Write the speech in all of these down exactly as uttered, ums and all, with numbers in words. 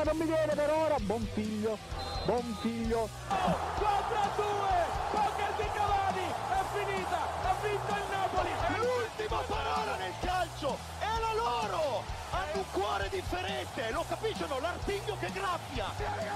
non mi viene per ora, buon figlio, buon figlio. quattro a due, poker di Cavani, è finita, ha vinto il Napoli. L'ultima parola nel calcio è la loro, hanno un cuore differente, lo capiscono, l'artiglio che graffia.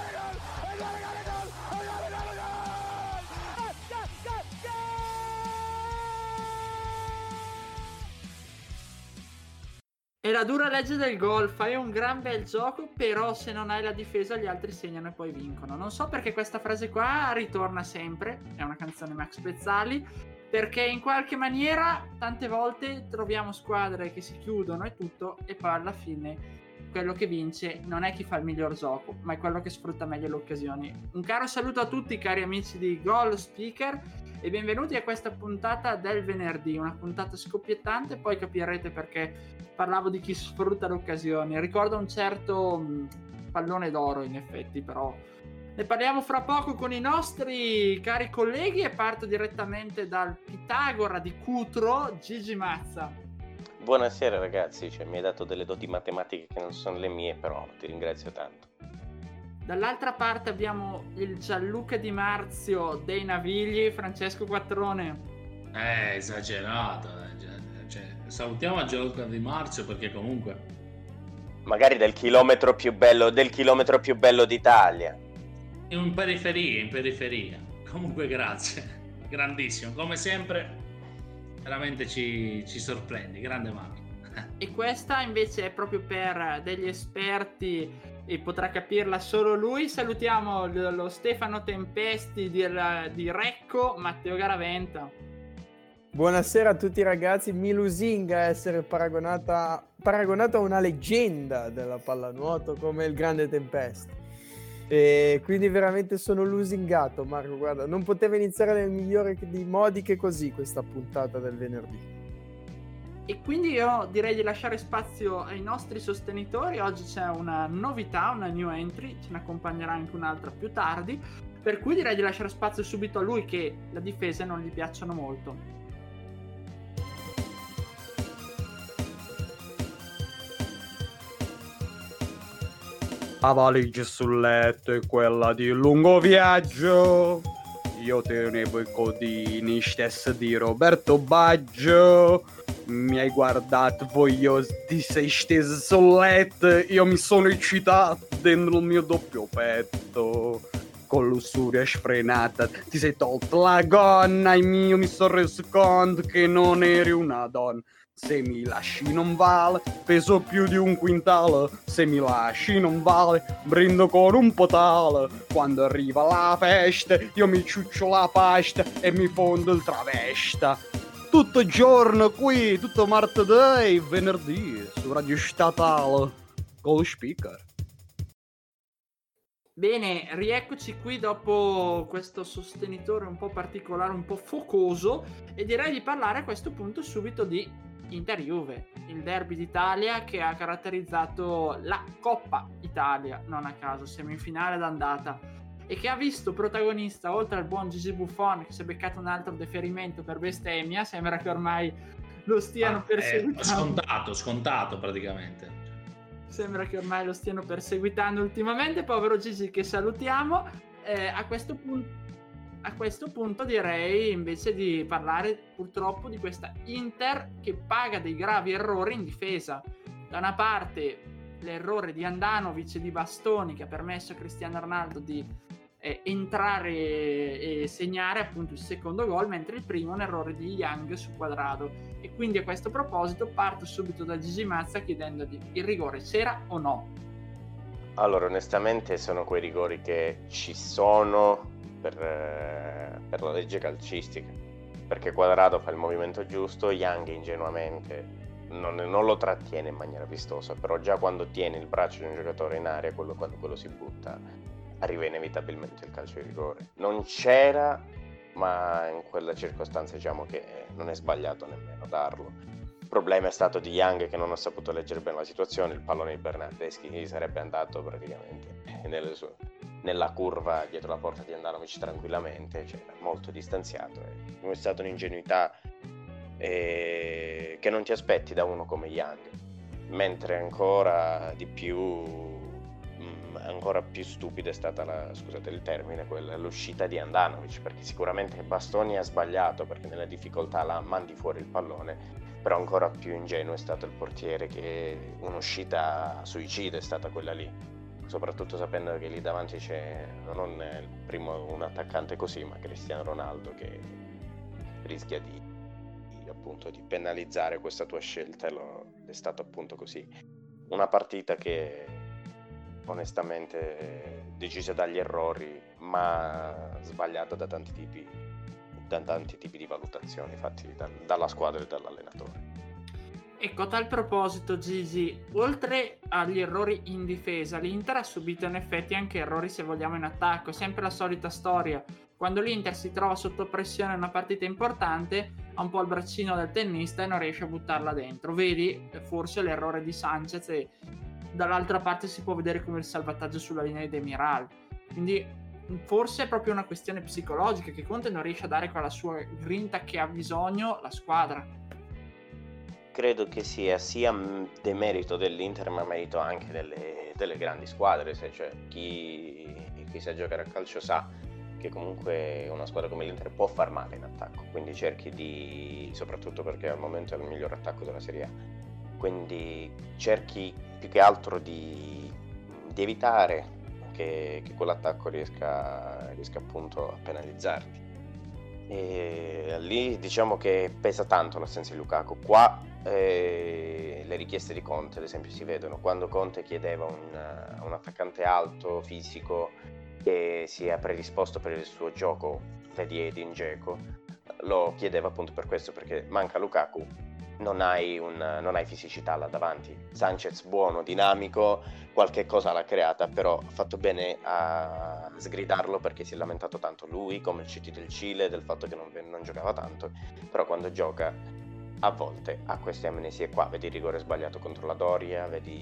È la dura legge del gol, fai un gran bel gioco, però se non hai la difesa gli altri segnano e poi vincono. Non so perché questa frase qua ritorna sempre, è una canzone Max Pezzali, perché in qualche maniera tante volte troviamo squadre che si chiudono e tutto, e poi alla fine quello che vince non è chi fa il miglior gioco, ma è quello che sfrutta meglio le occasioni. Un caro saluto a tutti cari amici di Goal Speaker e benvenuti a questa puntata del venerdì, una puntata scoppiettante, poi capirete perché parlavo di chi sfrutta le occasioni. Ricordo un certo mh, pallone d'oro in effetti, però ne parliamo fra poco con i nostri cari colleghi e parto direttamente dal Pitagora di Cutro, Gigi Mazza. Buonasera ragazzi, cioè, mi hai dato delle doti matematiche che non sono le mie, però ti ringrazio tanto. Dall'altra parte abbiamo il Gianluca Di Marzio dei Navigli, Francesco Quattrone. Eh, esagerato, cioè, salutiamo a Gianluca Di Marzio perché comunque magari del chilometro più bello del chilometro più bello d'Italia. in periferia, in periferia. Comunque grazie, grandissimo, come sempre, veramente ci, ci sorprendi, grande Marco. E questa invece è proprio per degli esperti e potrà capirla solo lui. Salutiamo lo, lo Stefano Tempesti di, di Recco, Matteo Garaventa. Buonasera a tutti ragazzi, mi lusinga essere paragonata paragonato a una leggenda della pallanuoto come il grande Tempesti. E quindi veramente sono lusingato, Marco, guarda, non poteva iniziare nel migliore dei modi che così questa puntata del venerdì. E quindi io direi di lasciare spazio ai nostri sostenitori. Oggi c'è una novità, una new entry, ce ne accompagnerà anche un'altra più tardi, per cui direi di lasciare spazio subito a lui che le difese non gli piacciono molto. La valigia sul letto è quella di lungo viaggio. Io tenevo i codini stessi di Roberto Baggio. Mi hai guardato voglioso, ti sei steso sul letto. Io mi sono eccitato dentro il mio doppio petto. Con lussuria sfrenata ti sei tolto la gonna e io mi sono reso conto che non eri una donna. Se mi lasci non vale, peso più di un quintale. Se mi lasci non vale, brindo con un potale. Quando arriva la festa, io mi ciuccio la pasta e mi fondo il travesta. Tutto giorno qui, tutto martedì, venerdì, su Radio Statale, Goal Speaker. Bene, rieccoci qui dopo questo sostenitore un po' particolare, un po' focoso, e direi di parlare a questo punto subito di Inter-Juve, il derby d'Italia che ha caratterizzato la Coppa Italia, non a caso, semifinale d'andata, e che ha visto protagonista, oltre al buon Gigi Buffon, che si è beccato un altro deferimento per bestemmia, sembra che ormai lo stiano ah, perseguitando. Scontato, scontato praticamente. Sembra che ormai lo stiano perseguitando ultimamente, povero Gigi che salutiamo. Eh, a questo punto A questo punto direi invece di parlare purtroppo di questa Inter che paga dei gravi errori in difesa. Da una parte l'errore di Andanovic e di Bastoni che ha permesso a Cristiano Ronaldo di eh, entrare e segnare appunto il secondo gol, mentre il primo è un errore di Young su Quadrado. E quindi a questo proposito parto subito da Gigi Mazza chiedendogli: il rigore c'era o no? Allora, onestamente sono quei rigori che ci sono per, per la legge calcistica, perché Quadrado fa il movimento giusto, Young ingenuamente non, non lo trattiene in maniera vistosa, però già quando tiene il braccio di un giocatore in aria, quello, quando quello si butta, arriva inevitabilmente il calcio di rigore. Non c'era, ma in quella circostanza diciamo che non è sbagliato nemmeno darlo. Il problema è stato di Young che non ha saputo leggere bene la situazione, il pallone di Bernardeschi gli sarebbe andato praticamente nelle sue, nella curva dietro la porta di Andanovic tranquillamente, cioè molto distanziato. È stata un'ingenuità eh, che non ti aspetti da uno come Young, mentre ancora di più mh, ancora più stupida è stata la, scusate il termine, quella, l'uscita di Handanovic, perché sicuramente Bastoni ha sbagliato perché nella difficoltà la mandi fuori il pallone, però ancora più ingenuo è stato il portiere, che un'uscita suicida è stata quella lì, soprattutto sapendo che lì davanti c'è non il primo un attaccante così, ma Cristiano Ronaldo, che rischia di, di appunto di penalizzare questa tua scelta, e lo, è stato appunto così. Una partita che onestamente decisa dagli errori, ma sbagliata da tanti tipi da tanti tipi di valutazioni fatti da, dalla squadra e dall'allenatore. Ecco, a tal proposito, Gigi, oltre agli errori in difesa, l'Inter ha subito in effetti anche errori, se vogliamo, in attacco. Sempre la solita storia: quando l'Inter si trova sotto pressione in una partita importante, ha un po' il braccino del tennista e non riesce a buttarla dentro. Vedi forse l'errore di Sanchez, e dall'altra parte si può vedere come il salvataggio sulla linea di Demiral. Quindi forse è proprio una questione psicologica, che Conte non riesce a dare quella sua grinta che ha bisogno la squadra. Credo che sia sia demerito dell'Inter, ma merito anche delle, delle grandi squadre. Se, cioè, chi, chi sa giocare a calcio sa che comunque una squadra come l'Inter può far male in attacco, quindi cerchi di, soprattutto perché al momento è il miglior attacco della Serie A, quindi cerchi più che altro di, di evitare che, che quell'attacco riesca, riesca appunto a penalizzarti. E lì diciamo che pesa tanto l'assenza di Lukaku. Qua eh, le richieste di Conte ad esempio si vedono. Quando Conte chiedeva un, un attaccante alto, fisico, che sia predisposto per il suo gioco, vedi Edin Dzeko, lo chiedeva appunto per questo, perché manca Lukaku, non hai, un, non hai fisicità là davanti. Sanchez buono, dinamico, qualche cosa l'ha creata, però ha fatto bene a sgridarlo, perché si è lamentato tanto lui, come il C T del Cile, del fatto che non, non giocava tanto, però quando gioca a volte ha queste amnesie qua. Vedi il rigore sbagliato contro la Doria, vedi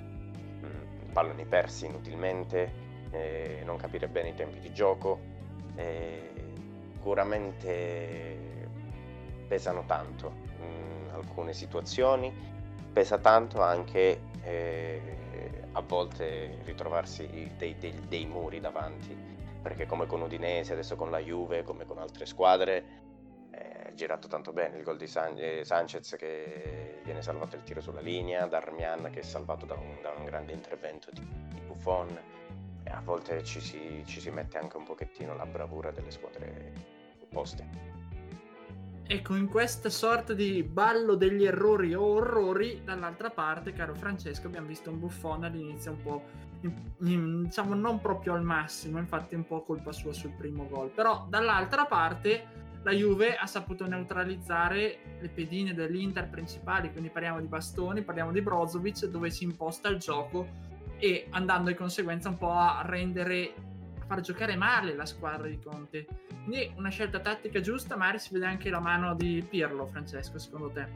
mh, palloni persi inutilmente, eh, non capire bene i tempi di gioco, eh, sicuramente pesano tanto mh, alcune situazioni, pesa tanto anche eh, a volte ritrovarsi dei, dei, dei muri davanti, perché come con Udinese, adesso con la Juve, come con altre squadre, è girato tanto bene il gol di San- Sanchez, che viene salvato il tiro sulla linea, Darmian che è salvato da un, da un grande intervento di, di Buffon, e a volte ci si, ci si mette anche un pochettino la bravura delle squadre opposte. Ecco, in questa sorta di ballo degli errori o orrori, dall'altra parte, caro Francesco, abbiamo visto un Buffon all'inizio un po', in, in, diciamo, non proprio al massimo, infatti un po' colpa sua sul primo gol. Però dall'altra parte la Juve ha saputo neutralizzare le pedine dell'Inter principali, quindi parliamo di Bastoni, parliamo di Brozovic, dove si imposta il gioco, e andando di conseguenza un po' a rendere, a far giocare male la squadra di Conte. Quindi una scelta tattica giusta. Magari si vede anche la mano di Pirlo, Francesco, secondo te?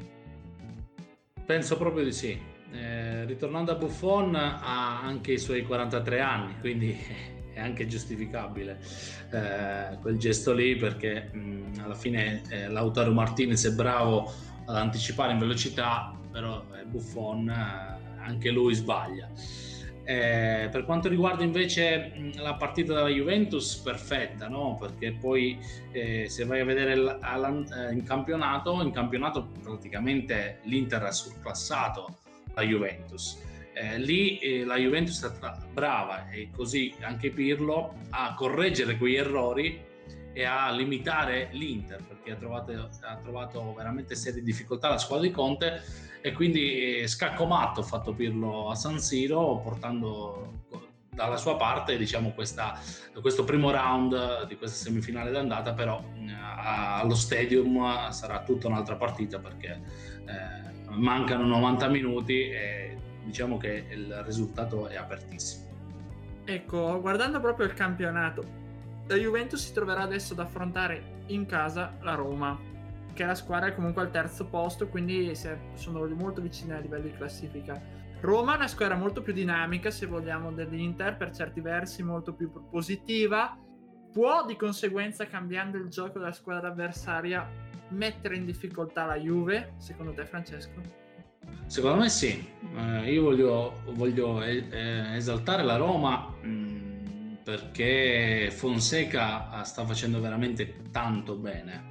Penso proprio di sì. Eh, ritornando a Buffon, ha anche i suoi quarantatré anni, quindi è anche giustificabile eh, quel gesto lì, perché mh, alla fine eh, Lautaro Martinez è bravo ad anticipare in velocità, però eh, Buffon eh, anche lui sbaglia. Eh, per quanto riguarda invece mh, la partita della Juventus, perfetta, no? Perché poi eh, se vai a vedere l- all- in campionato, in campionato praticamente l'Inter ha surclassato la Juventus. Eh, lì eh, la Juventus è stata brava, e così anche Pirlo, a correggere quegli errori e a limitare l'Inter, perché ha trovato, ha trovato veramente serie difficoltà la squadra di Conte, e quindi eh, scacco matto ha fatto Pirlo a San Siro, portando dalla sua parte, diciamo, questa, questo primo round di questa semifinale d'andata. Però eh, allo Stadium sarà tutta un'altra partita, perché eh, mancano novanta minuti e diciamo che il risultato è apertissimo. Ecco, guardando proprio il campionato, la Juventus si troverà adesso ad affrontare in casa la Roma, che è la squadra comunque al terzo posto, quindi sono molto vicine a livello di classifica. Roma è una squadra molto più dinamica, se vogliamo, dell'Inter, per certi versi molto più positiva, può di conseguenza, cambiando il gioco della squadra avversaria, mettere in difficoltà la Juve, secondo te, Francesco? Secondo me sì, eh, io voglio, voglio eh, esaltare la Roma mh, perché Fonseca sta facendo veramente tanto bene.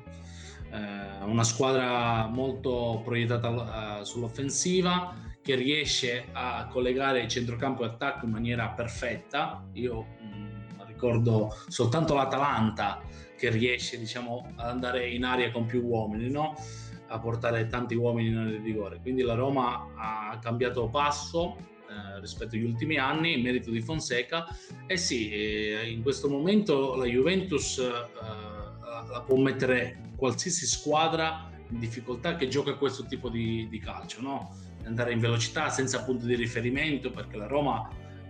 Eh, una squadra molto proiettata uh, sull'offensiva, che riesce a collegare il centrocampo e attacco in maniera perfetta. Io mh, ricordo soltanto l'Atalanta che riesce, diciamo, ad andare in aria con più uomini, no? A portare tanti uomini nel rigore. Quindi la Roma ha cambiato passo eh, rispetto agli ultimi anni in merito di Fonseca, e sì, eh, in questo momento la Juventus eh, la può mettere qualsiasi squadra in difficoltà che gioca questo tipo di, di calcio, no? Andare in velocità senza punti di riferimento, perché la Roma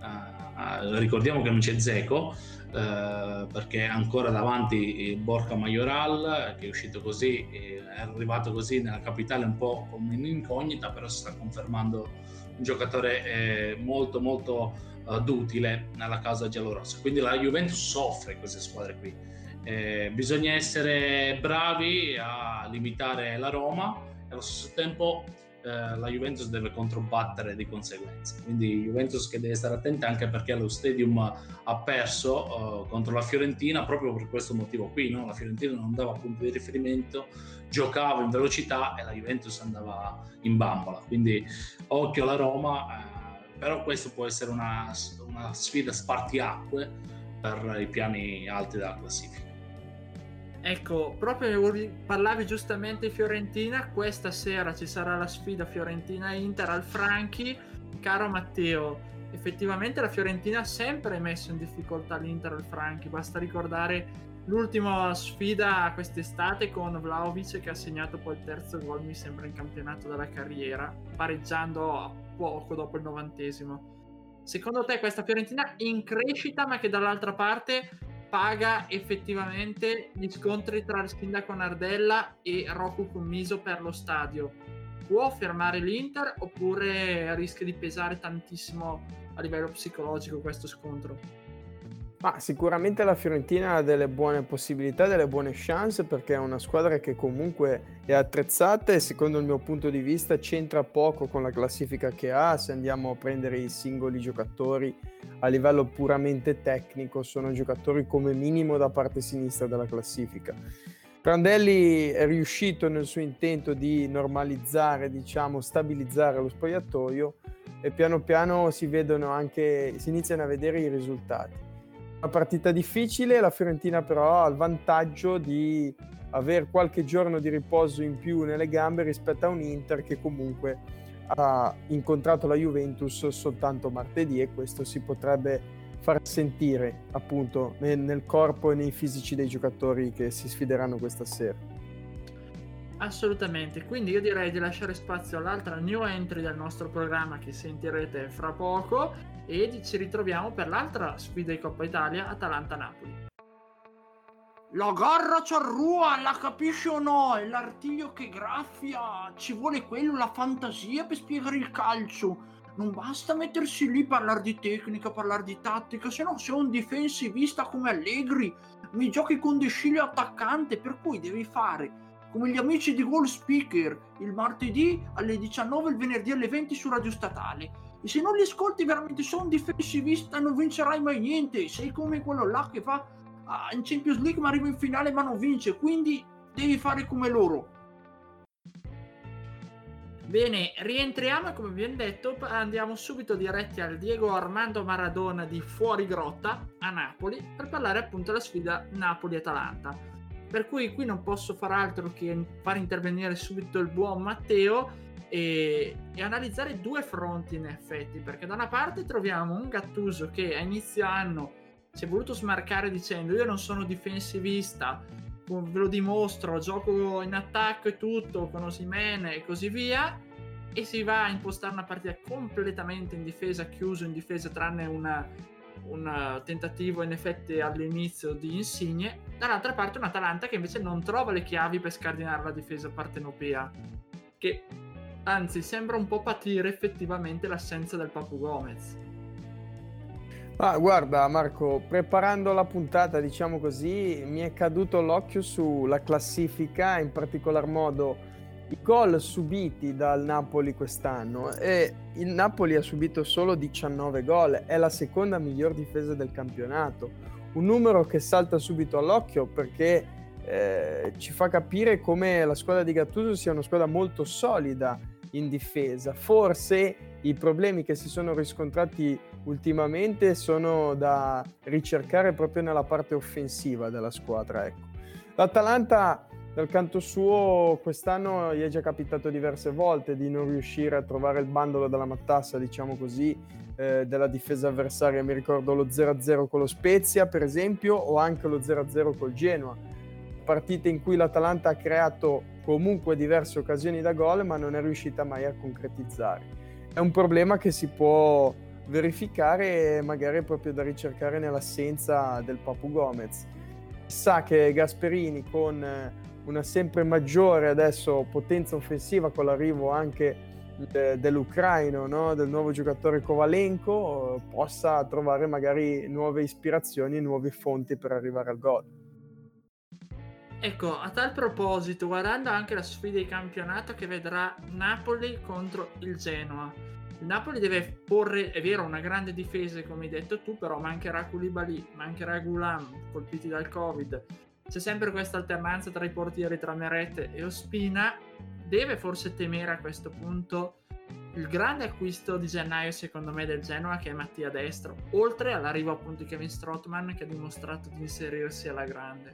eh, ricordiamo che non c'è Dzeko, eh, perché è ancora davanti Borja Mayoral, che è uscito così, è arrivato così nella capitale un po' come un'incognita, però si sta confermando un giocatore eh, molto molto uh, utile nella causa giallorossa. Quindi la Juventus soffre queste squadre qui. Eh, bisogna essere bravi a limitare la Roma e allo stesso tempo eh, la Juventus deve controbattere di conseguenza. Quindi Juventus che deve stare attenta, anche perché allo Stadium ha perso uh, contro la Fiorentina proprio per questo motivo qui, no? La Fiorentina non dava punti di riferimento, giocava in velocità e la Juventus andava in bambola. Quindi occhio alla Roma, eh, però questo può essere una, una sfida spartiacque per i piani alti della classifica. Ecco, proprio parlavi giustamente di Fiorentina, questa sera ci sarà la sfida Fiorentina-Inter al Franchi. Caro Matteo, effettivamente la Fiorentina ha sempre messo in difficoltà l'Inter al Franchi, basta ricordare l'ultima sfida quest'estate con Vlahovic, che ha segnato poi il terzo gol, mi sembra, in campionato della carriera, pareggiando poco dopo il novantesimo. Secondo te questa Fiorentina in crescita, ma che dall'altra parte paga effettivamente gli scontri tra il sindaco Nardella e Rocco Commiso per lo stadio, può fermare l'Inter oppure rischia di pesare tantissimo a livello psicologico questo scontro? Ma sicuramente la Fiorentina ha delle buone possibilità, delle buone chance, perché è una squadra che comunque è attrezzata e secondo il mio punto di vista c'entra poco con la classifica che ha. Se andiamo a prendere i singoli giocatori a livello puramente tecnico, sono giocatori come minimo da parte sinistra della classifica. Prandelli è riuscito nel suo intento di normalizzare, diciamo, stabilizzare lo spogliatoio, e piano piano si vedono anche, si iniziano a vedere i risultati. Una partita difficile, la Fiorentina però ha il vantaggio di avere qualche giorno di riposo in più nelle gambe rispetto a un Inter che comunque ha incontrato la Juventus soltanto martedì, e questo si potrebbe far sentire appunto nel, nel corpo e nei fisici dei giocatori che si sfideranno questa sera. Assolutamente, quindi io direi di lasciare spazio all'altra new entry del nostro programma che sentirete fra poco, e ci ritroviamo per l'altra sfida di Coppa Italia, Atalanta-Napoli. La garra c'arrua, la capisci o no? È l'artiglio che graffia, ci vuole quello, la fantasia per spiegare il calcio. Non basta mettersi lì, parlare di tecnica, parlare di tattica, se no sei un difensivista come Allegri, mi giochi con De Sciglio attaccante, per cui devi fare come gli amici di Goal Speaker, il martedì alle diciannove, il venerdì alle venti su Radio Statale. E se non li ascolti veramente sei un difensivista, non vincerai mai niente, sei come quello là che va in Champions League ma arriva in finale ma non vince, quindi devi fare come loro. Bene, rientriamo e come abbiamo detto andiamo subito diretti al Diego Armando Maradona di Fuori Grotta a Napoli per parlare appunto della sfida Napoli-Atalanta, per cui qui non posso far altro che far intervenire subito il buon Matteo e, e analizzare due fronti in effetti, perché da una parte troviamo un Gattuso che a inizio anno si è voluto smarcare dicendo io non sono difensivista, ve lo dimostro, gioco in attacco e tutto con Osimhen e così via, e si va a impostare una partita completamente in difesa, chiuso in difesa tranne una, un tentativo in effetti all'inizio di Insigne. Dall'altra parte un Atalanta che invece non trova le chiavi per scardinare la difesa partenopea, che anzi sembra un po' patire effettivamente l'assenza del Papu Gomez. Ah, guarda Marco, preparando la puntata, diciamo così, mi è caduto l'occhio sulla classifica, in particolar modo i gol subiti dal Napoli quest'anno, e il Napoli ha subito solo diciannove gol, è la seconda miglior difesa del campionato, un numero che salta subito all'occhio perché eh, ci fa capire come la squadra di Gattuso sia una squadra molto solida in difesa. Forse i problemi che si sono riscontrati ultimamente sono da ricercare proprio nella parte offensiva della squadra, ecco. L'Atalanta dal canto suo quest'anno gli è già capitato diverse volte di non riuscire a trovare il bandolo della matassa, diciamo così, eh, della difesa avversaria. Mi ricordo lo zero a zero con lo Spezia, per esempio, o anche lo zero a zero col Genoa, partite in cui l'Atalanta ha creato comunque diverse occasioni da gol ma non è riuscita mai a concretizzare. È un problema che si può verificare e magari è proprio da ricercare nell'assenza del Papu Gomez. Sa che Gasperini, con una sempre maggiore adesso potenza offensiva, con l'arrivo anche de- dell'ucraino, no? Del nuovo giocatore Kovalenko, possa trovare magari nuove ispirazioni e nuove fonti per arrivare al gol. Ecco, a tal proposito, guardando anche la sfida di campionato che vedrà Napoli contro il Genoa, il Napoli deve porre, è vero, una grande difesa come hai detto tu, però mancherà Koulibaly, mancherà Gulam, colpiti dal Covid, c'è sempre questa alternanza tra i portieri, tra Meret e Ospina. Deve forse temere a questo punto il grande acquisto di gennaio secondo me del Genoa, che è Mattia Destro, oltre all'arrivo appunto di Kevin Strootman, che ha dimostrato di inserirsi alla grande.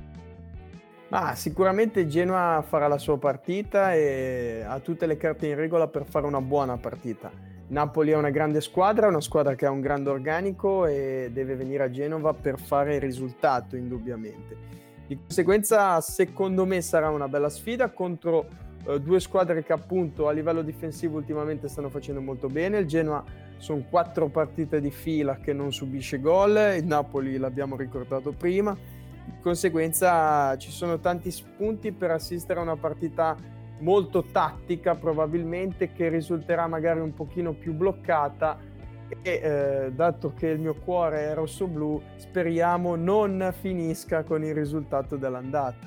Ma sicuramente Genoa farà la sua partita e ha tutte le carte in regola per fare una buona partita. Napoli è una grande squadra, una squadra che ha un grande organico e deve venire a Genova per fare il risultato, indubbiamente. Di conseguenza, secondo me sarà una bella sfida contro eh, due squadre che appunto a livello difensivo ultimamente stanno facendo molto bene. Il Genoa sono quattro partite di fila che non subisce gol, il Napoli l'abbiamo ricordato prima. Di conseguenza ci sono tanti spunti per assistere a una partita molto tattica, probabilmente, che risulterà magari un pochino più bloccata e eh, dato che il mio cuore è rossoblu, speriamo non finisca con il risultato dell'andata.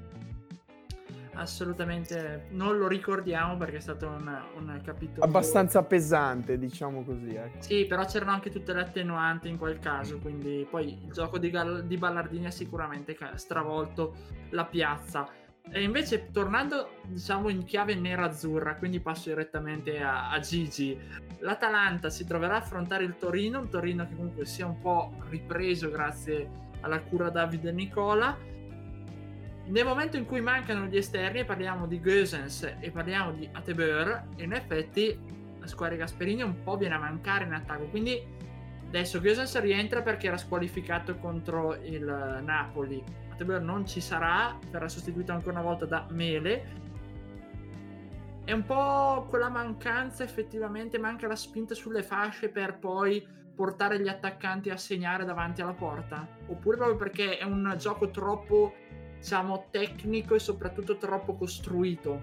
Assolutamente non lo ricordiamo perché è stato un, un capitolo abbastanza pesante, diciamo così, ecco. Sì, però c'erano anche tutte le attenuanti in quel caso, quindi poi il gioco di, Gal- di Ballardini ha sicuramente stravolto la piazza. E invece, tornando diciamo in chiave nera-azzurra, quindi passo direttamente a, a Gigi, l'Atalanta si troverà a affrontare il Torino, un Torino che comunque si è un po' ripreso grazie alla cura Davide Nicola. Nel momento in cui mancano gli esterni, e parliamo di Gosens e parliamo di Atebeur, in effetti la squadra Gasperini un po' viene a mancare in attacco, quindi adesso Gosens rientra perché era squalificato contro il Napoli, Atebeur non ci sarà, verrà sostituito ancora una volta da Mele. È un po' quella mancanza, effettivamente manca la spinta sulle fasce per poi portare gli attaccanti a segnare davanti alla porta, oppure proprio perché è un gioco troppo, diciamo, tecnico e soprattutto troppo costruito?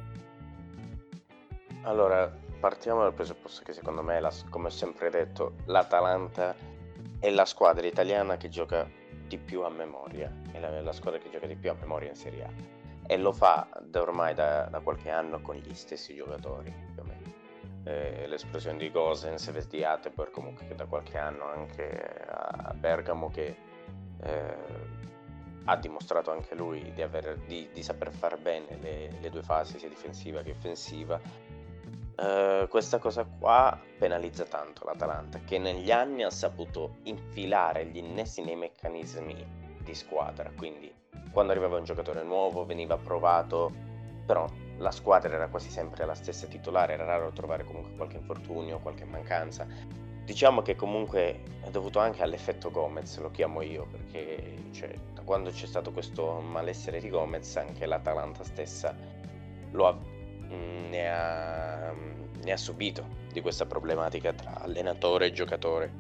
Allora, partiamo dal presupposto che secondo me, la, come ho sempre detto, l'Atalanta è la squadra italiana che gioca di più a memoria, è la, la squadra che gioca di più a memoria in Serie A, e lo fa da ormai da, da qualche anno con gli stessi giocatori, più o meno. Eh, l'esplosione di Gosens, di Atebor, comunque che da qualche anno anche a Bergamo, che eh, ha dimostrato anche lui di, aver, di, di saper far bene le, le due fasi, sia difensiva che offensiva. Uh, questa cosa qua penalizza tanto l'Atalanta, che negli anni ha saputo infilare gli innesti nei meccanismi di squadra, quindi quando arrivava un giocatore nuovo veniva provato, però la squadra era quasi sempre la stessa titolare, era raro trovare comunque qualche infortunio, qualche mancanza. Diciamo che comunque è dovuto anche all'effetto Gomez, lo chiamo io, perché cioè, da quando c'è stato questo malessere di Gomez anche l'Atalanta stessa lo ha Ne ha, ne ha subito di questa problematica tra allenatore e giocatore.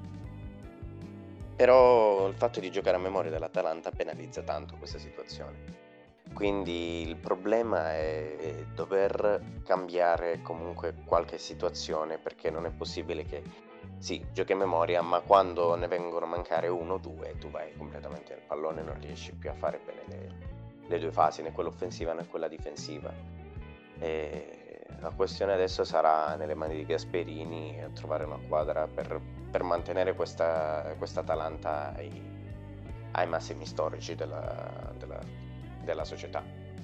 Però il fatto di giocare a memoria dell'Atalanta penalizza tanto questa situazione, quindi il problema è dover cambiare comunque qualche situazione, perché non è possibile che sì, giochi a memoria, ma quando ne vengono a mancare uno o due tu vai completamente nel pallone e non riesci più a fare bene le, le due fasi, né quella offensiva né quella difensiva. E la questione adesso sarà nelle mani di Gasperini trovare una quadra per, per mantenere questa, questa Atalanta ai, ai massimi storici della, della, della società.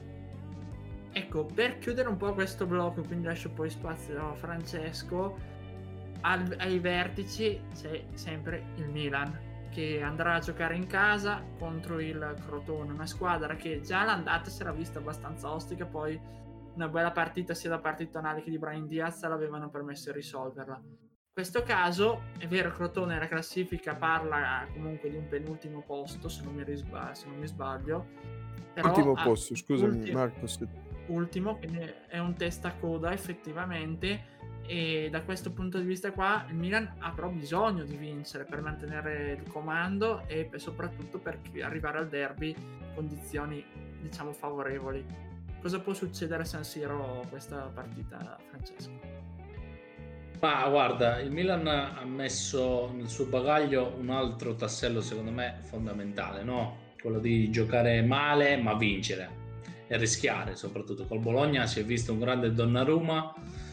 Ecco, per chiudere un po' questo blocco, quindi lascio poi spazio a Francesco, al, ai vertici c'è sempre il Milan, che andrà a giocare in casa contro il Crotone, una squadra che già l'andata si era vista abbastanza ostica, poi una bella partita sia da parte tonale che di Brahim Diaz l'avevano permesso di risolverla. In questo caso è vero, Crotone la classifica parla comunque di un penultimo posto, se non mi, risba- se non mi sbaglio, però Ultimo ha- posto, scusami ultimo- Marco. Se... ultimo, quindi è un testacoda effettivamente, e da questo punto di vista qua il Milan ha però bisogno di vincere per mantenere il comando e per, soprattutto per arrivare al derby in condizioni diciamo favorevoli. Cosa può succedere a San Siro questa partita, Francesco? Ma guarda, il Milan ha messo nel suo bagaglio un altro tassello secondo me fondamentale, no? Quello di giocare male ma vincere e rischiare. Soprattutto col Bologna si è visto un grande Donnarumma,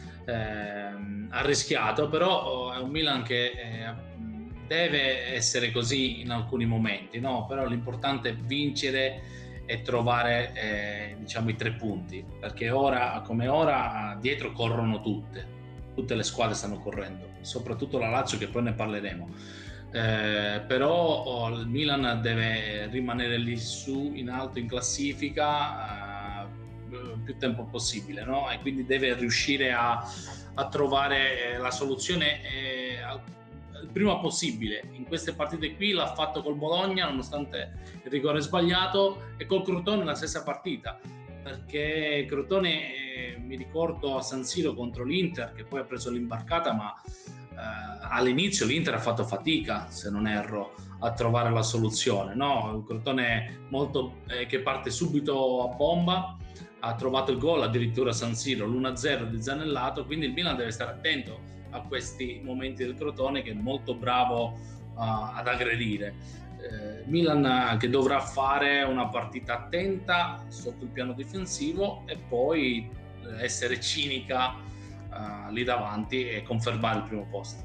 ehm, ha rischiato, però è un Milan che eh, deve essere così in alcuni momenti, no? Però l'importante è vincere e trovare eh, diciamo i tre punti, perché ora come ora dietro corrono tutte tutte le squadre stanno correndo, soprattutto la Lazio, che poi ne parleremo. Eh, però oh, il Milan deve rimanere lì su in alto in classifica eh, più tempo possibile, no? E quindi deve riuscire a, a trovare eh, la soluzione eh, il prima possibile. In queste partite qui l'ha fatto col Bologna nonostante il rigore sbagliato, e col Crotone la stessa partita, perché Crotone eh, mi ricordo a San Siro contro l'Inter, che poi ha preso l'imbarcata, ma eh, all'inizio l'Inter ha fatto fatica, se non erro, a trovare la soluzione, no? Un Crotone molto eh, che parte subito a bomba, ha trovato il gol addirittura a San Siro, l'uno a zero di Zanellato, quindi il Milan deve stare attento a questi momenti del Crotone, che è molto bravo uh, ad aggredire. Eh, Milan che dovrà fare una partita attenta sotto il piano difensivo e poi essere cinica uh, lì davanti e confermare il primo posto.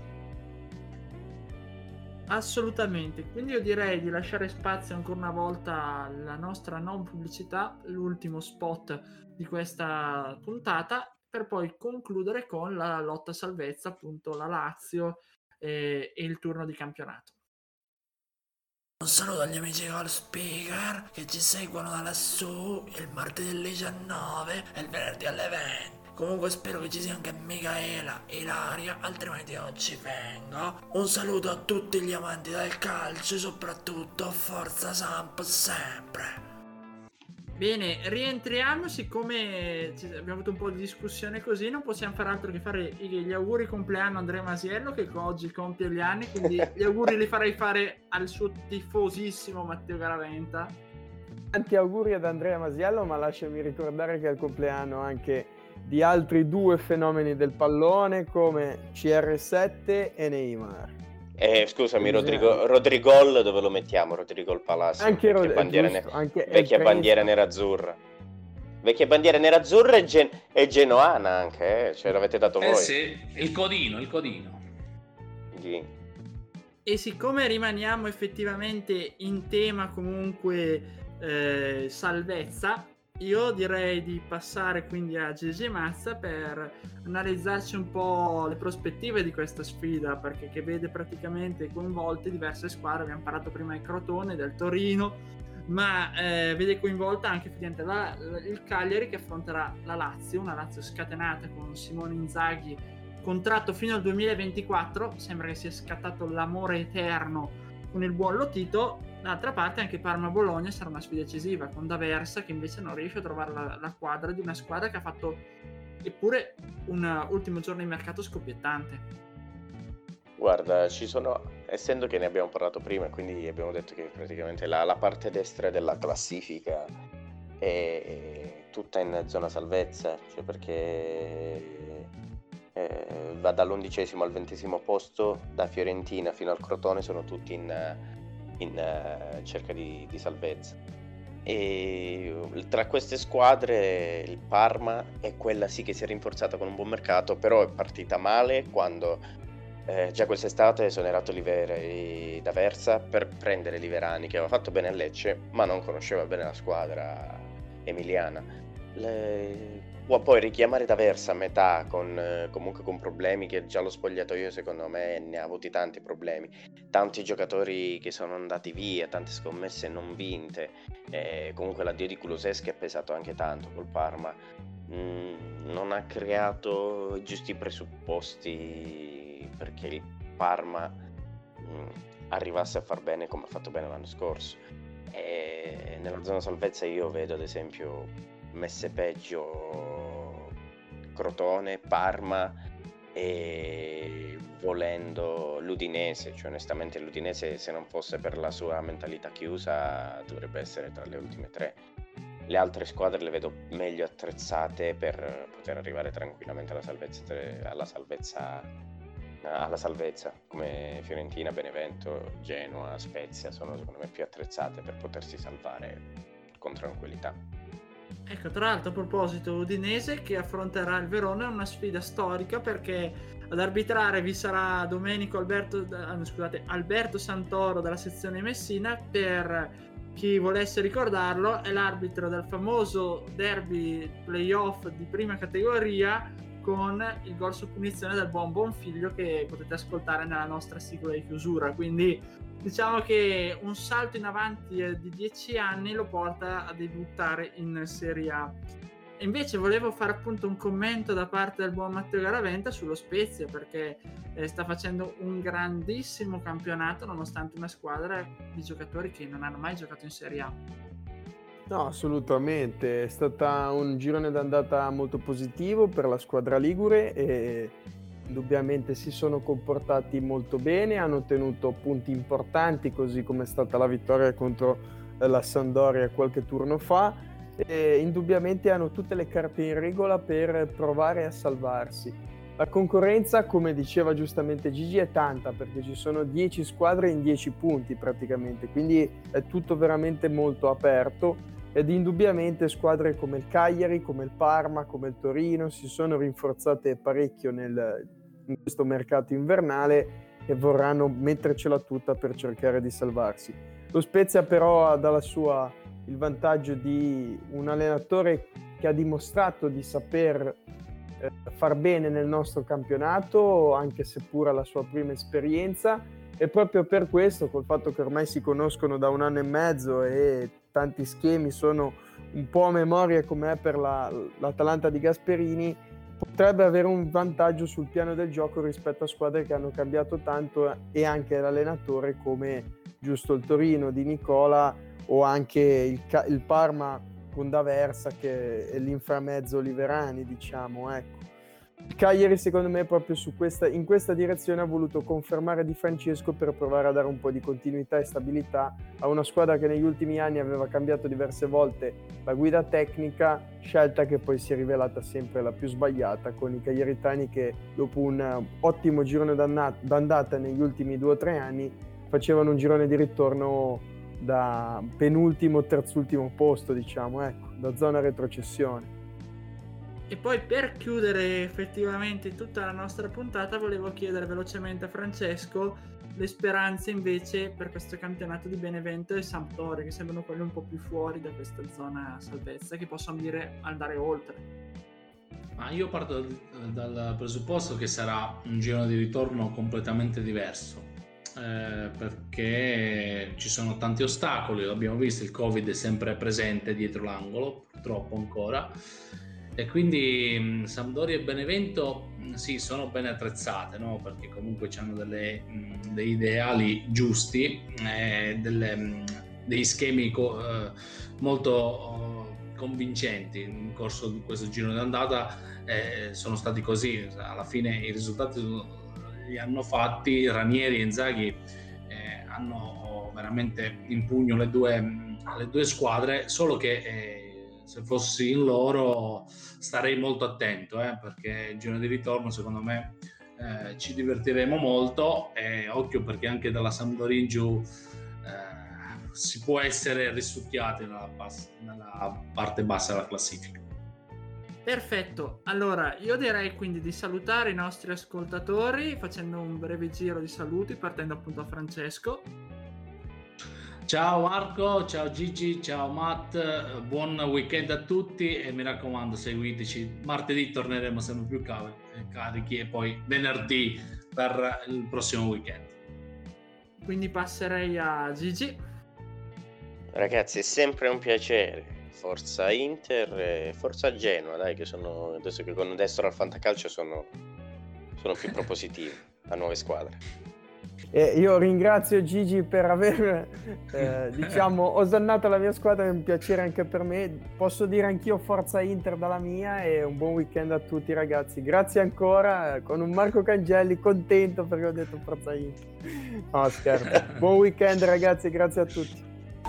Assolutamente, quindi io direi di lasciare spazio ancora una volta alla nostra non pubblicità, l'ultimo spot di questa puntata, per poi concludere con la lotta salvezza, appunto la Lazio eh, e il turno di campionato. Un saluto agli amici call speaker che ci seguono da lassù il martedì alle diciannove e il venerdì alle venti. Comunque spero che ci sia anche Michaela e Ilaria, altrimenti non ci vengo. Un saluto a tutti gli amanti del calcio e soprattutto Forza Samp sempre. Bene, rientriamo. Siccome abbiamo avuto un po' di discussione così, non possiamo fare altro che fare gli auguri compleanno a Andrea Masiello, che oggi compie gli anni, quindi gli auguri li farei fare al suo tifosissimo Matteo Garaventa. Tanti auguri ad Andrea Masiello, ma lasciami ricordare che è il compleanno anche di altri due fenomeni del pallone come C R sette e Neymar. Eh, scusami, Rodrigo, Rodrigol dove lo mettiamo? Rodrigol Palacio, anche vecchia, Rod- bandiera, giusto, ne- anche vecchia bandiera nerazzurra. Vecchia bandiera nerazzurra e, gen- e genoana anche, eh? Ce l'avete dato Eh voi. sì, il codino, il codino. Sì. E siccome rimaniamo effettivamente in tema comunque eh, salvezza, io direi di passare quindi a Gigi Mazza per analizzarci un po' le prospettive di questa sfida, perché che vede praticamente coinvolte diverse squadre. Abbiamo parlato prima del Crotone, del Torino, ma eh, vede coinvolta anche effettivamente la, il Cagliari, che affronterà la Lazio, una Lazio scatenata con Simone Inzaghi, contratto fino al duemilaventiquattro. Sembra che sia scattato l'amore eterno con il buon Lotito. D'altra parte anche Parma-Bologna sarà una sfida decisiva, con D'Aversa che invece non riesce a trovare la, la quadra di una squadra che ha fatto eppure un ultimo giorno di mercato scoppiettante. Guarda, ci sono, essendo che ne abbiamo parlato prima, quindi abbiamo detto che praticamente la, la parte destra della classifica è tutta in zona salvezza, cioè perché eh, va dall'undicesimo al ventesimo posto, da Fiorentina fino al Crotone sono tutti in, in uh, cerca di, di salvezza. E tra queste squadre il Parma è quella sì che si è rinforzata con un buon mercato, però è partita male quando eh, già quest'estate è esonerato Liveri d'Aversa per prendere Liverani, che aveva fatto bene a Lecce ma non conosceva bene la squadra emiliana. Le... Può poi richiamare D'Aversa a metà con eh, comunque con problemi, che già lo spogliatoio secondo me ne ha avuti tanti problemi, tanti giocatori che sono andati via, tante scommesse non vinte, eh, comunque l'addio di Kulusevski è pesato anche tanto col Parma. Mm, non ha creato i giusti presupposti perché il Parma mm, arrivasse a far bene come ha fatto bene l'anno scorso. E nella zona salvezza io vedo ad esempio messe peggio Crotone, Parma e volendo l'Udinese, cioè onestamente l'Udinese, se non fosse per la sua mentalità chiusa, dovrebbe essere tra le ultime tre. Le altre squadre le vedo meglio attrezzate per poter arrivare tranquillamente alla salvezza, alla salvezza, alla salvezza come Fiorentina, Benevento, Genoa, Spezia sono secondo me più attrezzate per potersi salvare con tranquillità. Ecco, tra l'altro a proposito, Udinese che affronterà il Verona è una sfida storica, perché ad arbitrare vi sarà Domenico Alberto, eh, scusate, Alberto Santoro della sezione Messina. Per chi volesse ricordarlo, è l'arbitro del famoso derby playoff di prima categoria con il gol su punizione del buon Bonfiglio, che potete ascoltare nella nostra sigla di chiusura. Quindi diciamo che un salto in avanti di dieci anni lo porta a debuttare in Serie A. E invece volevo fare appunto un commento da parte del buon Matteo Garaventa sullo Spezia, perché eh, sta facendo un grandissimo campionato nonostante una squadra di giocatori che non hanno mai giocato in Serie A. No, assolutamente, è stata un girone d'andata molto positivo per la squadra ligure e indubbiamente si sono comportati molto bene, hanno ottenuto punti importanti, così come è stata la vittoria contro la Sampdoria qualche turno fa, e indubbiamente hanno tutte le carte in regola per provare a salvarsi. La concorrenza, come diceva giustamente Gigi, è tanta, perché ci sono dieci squadre in dieci punti praticamente, quindi è tutto veramente molto aperto, ed indubbiamente squadre come il Cagliari, come il Parma, come il Torino si sono rinforzate parecchio nel, in questo mercato invernale e vorranno mettercela tutta per cercare di salvarsi. Lo Spezia però ha dalla sua il vantaggio di un allenatore che ha dimostrato di saper eh, far bene nel nostro campionato, anche seppur alla sua prima esperienza, e proprio per questo, col fatto che ormai si conoscono da un anno e mezzo e tanti schemi sono un po' a memoria come è per la, l'Atalanta di Gasperini, potrebbe avere un vantaggio sul piano del gioco rispetto a squadre che hanno cambiato tanto, e anche l'allenatore come giusto il Torino di Nicola o anche il, il Parma con D'Aversa, che è l'inframezzo Liverani, diciamo, ecco. Il Cagliari secondo me proprio su questa, in questa direzione ha voluto confermare Di Francesco per provare a dare un po' di continuità e stabilità a una squadra che negli ultimi anni aveva cambiato diverse volte la guida tecnica, scelta che poi si è rivelata sempre la più sbagliata, con i cagliaritani che dopo un ottimo girone d'andata negli ultimi due o tre anni facevano un girone di ritorno da penultimo, terzultimo posto, diciamo, ecco, da zona retrocessione. E poi per chiudere effettivamente tutta la nostra puntata volevo chiedere velocemente a Francesco le speranze invece per questo campionato di Benevento e Sampdoria, che sembrano quelli un po' più fuori da questa zona salvezza, che possono dire andare oltre. Ma io parto dal, dal presupposto che sarà un giro di ritorno completamente diverso, eh, perché ci sono tanti ostacoli, l'abbiamo visto, il Covid è sempre presente dietro l'angolo, purtroppo ancora. E quindi mh, Sampdoria e Benevento mh, sì, sono ben attrezzate, no? Perché comunque hanno delle, mh, dei ideali giusti, eh, delle, mh, dei schemi co- eh, molto oh, convincenti. Nel corso di questo giro d'andata eh, sono stati così, alla fine i risultati li hanno fatti. Ranieri e Inzaghi eh, hanno veramente in pugno le due, le due squadre, solo che eh, se fossi in loro starei molto attento, eh, perché il giro di ritorno secondo me eh, ci divertiremo molto, e occhio perché anche dalla Sampdoria in giù eh, si può essere risucchiati nella, bas- nella parte bassa della classifica. Perfetto, allora io direi quindi di salutare i nostri ascoltatori facendo un breve giro di saluti partendo appunto da Francesco. Ciao Marco, ciao Gigi, ciao Matt, buon weekend a tutti e mi raccomando seguiteci, martedì torneremo sempre più cav- carichi e poi venerdì per il prossimo weekend. Quindi passerei a Gigi. Ragazzi, è sempre un piacere. Forza Inter e Forza Genoa, dai, che sono adesso che con destro al fantacalcio sono, sono più propositivi a nuove squadre. E io ringrazio Gigi per aver eh, diciamo osannato la mia squadra, è un piacere anche per me. Posso dire anch'io Forza Inter dalla mia e un buon weekend a tutti ragazzi. Grazie ancora, eh, con un Marco Cangelli contento perché ho detto Forza Inter. No, scherzo. Buon weekend ragazzi, grazie a tutti.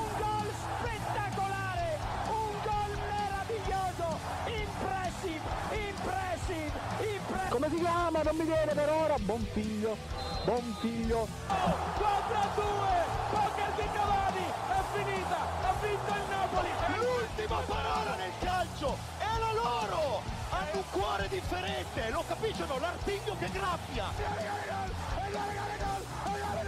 Come si chiama? Non mi viene per ora. Buon figlio, buon figlio. quattro a due, poker di Cavani, è finita, ha vinto il Napoli. L'ultima parola nel calcio è la loro. Hanno un cuore differente, lo capiscono, l'artiglio che graffia.